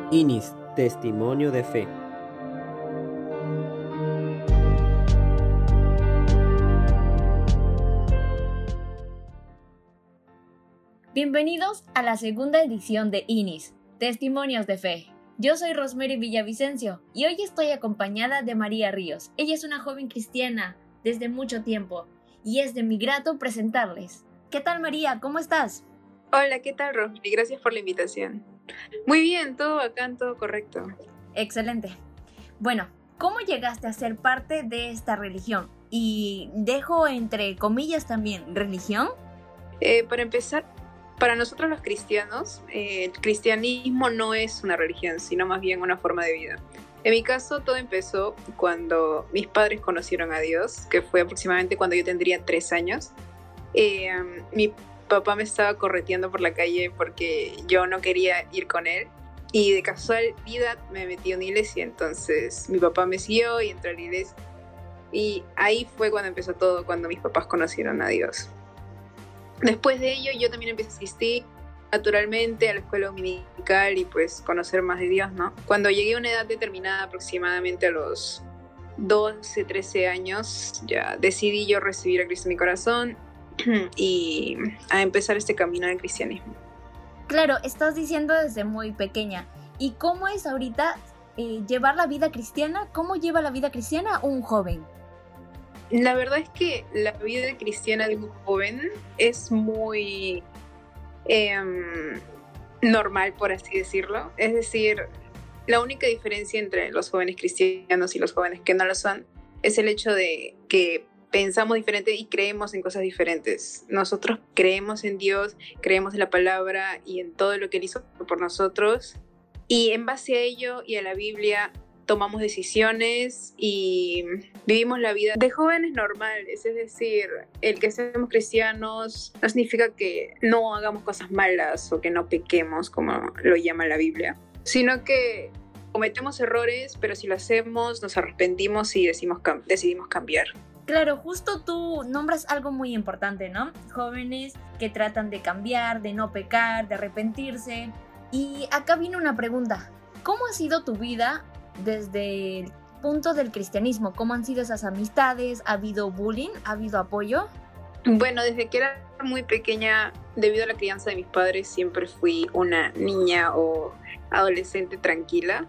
INIS, Testimonio de Fe. Bienvenidos a la segunda edición de INIS, Testimonios de Fe. Yo soy Rosemary Villavicencio y hoy estoy acompañada de María Ríos. Ella es una joven cristiana desde mucho tiempo y es de mi grato presentarles. ¿Qué tal, María? ¿Cómo estás? Hola, ¿qué tal, Rosemary? Gracias por la invitación. Muy bien, todo bacán, todo correcto. Excelente. Bueno, ¿cómo llegaste a ser parte de esta religión? Y dejo entre comillas también, ¿religión? Para empezar, para nosotros los cristianos, el cristianismo no es una religión, sino más bien una forma de vida. En mi caso, todo empezó cuando mis padres conocieron a Dios, que fue aproximadamente cuando yo tendría 3 años. Mi papá me estaba correteando por la calle porque yo no quería ir con él. Y de casualidad me metí a una iglesia, entonces mi papá me siguió y entré a la iglesia. Y ahí fue cuando empezó todo, cuando mis papás conocieron a Dios. Después de ello yo también empecé a asistir naturalmente a la escuela dominical y pues conocer más de Dios, ¿no? Cuando llegué a una edad determinada, aproximadamente a los 12, 13 años, ya decidí yo recibir a Cristo en mi corazón y a empezar este camino del cristianismo. Claro, estás diciendo desde muy pequeña. ¿Y cómo es ahorita llevar la vida cristiana? ¿Cómo lleva la vida cristiana un joven? La verdad es que la vida cristiana de un joven es muy normal, por así decirlo. Es decir, la única diferencia entre los jóvenes cristianos y los jóvenes que no lo son es el hecho de que pensamos diferente y creemos en cosas diferentes. Nosotros creemos en Dios, creemos en la palabra y en todo lo que Él hizo por nosotros. Y en base a ello y a la Biblia tomamos decisiones y vivimos la vida de jóvenes normales. Es decir, el que seamos cristianos no significa que no hagamos cosas malas o que no pequemos, como lo llama la Biblia, sino que cometemos errores, pero si lo hacemos, nos arrepentimos y decidimos cambiar. Claro, justo tú nombras algo muy importante, ¿no? Jóvenes que tratan de cambiar, de no pecar, de arrepentirse. Y acá viene una pregunta. ¿Cómo ha sido tu vida desde el punto del cristianismo? ¿Cómo han sido esas amistades? ¿Ha habido bullying? ¿Ha habido apoyo? Bueno, desde que era muy pequeña, debido a la crianza de mis padres, siempre fui una niña o adolescente tranquila.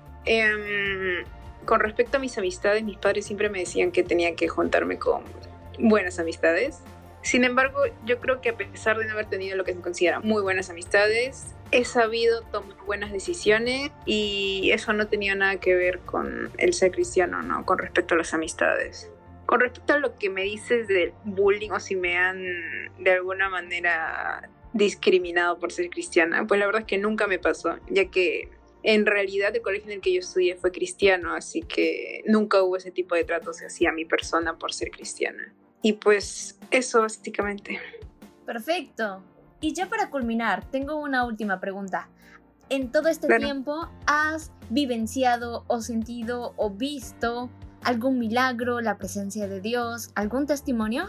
Con respecto a mis amistades, mis padres siempre me decían que tenía que juntarme con buenas amistades. Sin embargo, yo creo que a pesar de no haber tenido lo que se considera muy buenas amistades, he sabido tomar buenas decisiones y eso no tenía nada que ver con el ser cristiano, ¿no? Con respecto a las amistades. Con respecto a lo que me dices del bullying o si me han de alguna manera discriminado por ser cristiana, pues la verdad es que nunca me pasó, ya que en realidad el colegio en el que yo estudié fue cristiano, así que nunca hubo ese tipo de tratos hacia mi persona por ser cristiana. Y pues eso básicamente. Perfecto. Y ya para culminar, tengo una última pregunta. ¿En todo este tiempo has vivenciado o sentido o visto algún milagro, la presencia de Dios, algún testimonio?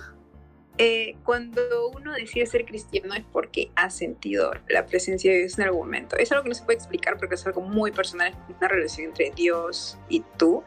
Cuando uno decide ser cristiano es porque ha sentido la presencia de Dios en algún momento. Es algo que no se puede explicar porque es algo muy personal, es una relación entre Dios y tú.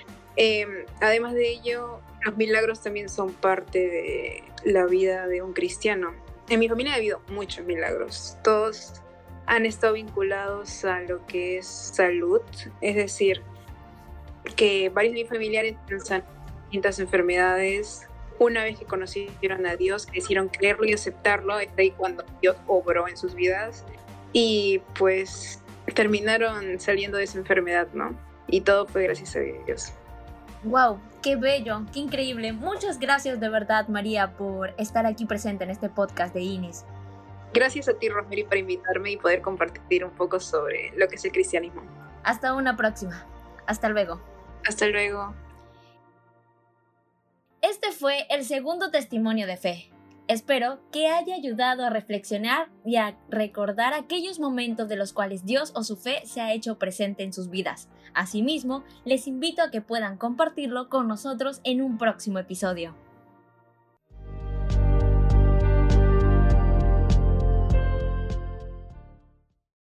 Además de ello, los milagros también son parte de la vida de un cristiano. En mi familia ha habido muchos milagros. Todos han estado vinculados a lo que es salud, es decir, que varios de mis familiares tienen distintas enfermedades. Una vez que conocieron a Dios, que decidieron creerlo y aceptarlo, es ahí cuando Dios obró en sus vidas y pues terminaron saliendo de esa enfermedad, ¿no? Y todo fue gracias a Dios. ¡Wow! ¡Qué bello! ¡Qué increíble! Muchas gracias de verdad, María, por estar aquí presente en este podcast de INIS. Gracias a ti, Rosemary, por invitarme y poder compartir un poco sobre lo que es el cristianismo. Hasta una próxima. Hasta luego. Hasta luego. Este fue el segundo testimonio de fe. Espero que haya ayudado a reflexionar y a recordar aquellos momentos de los cuales Dios o su fe se ha hecho presente en sus vidas. Asimismo, les invito a que puedan compartirlo con nosotros en un próximo episodio.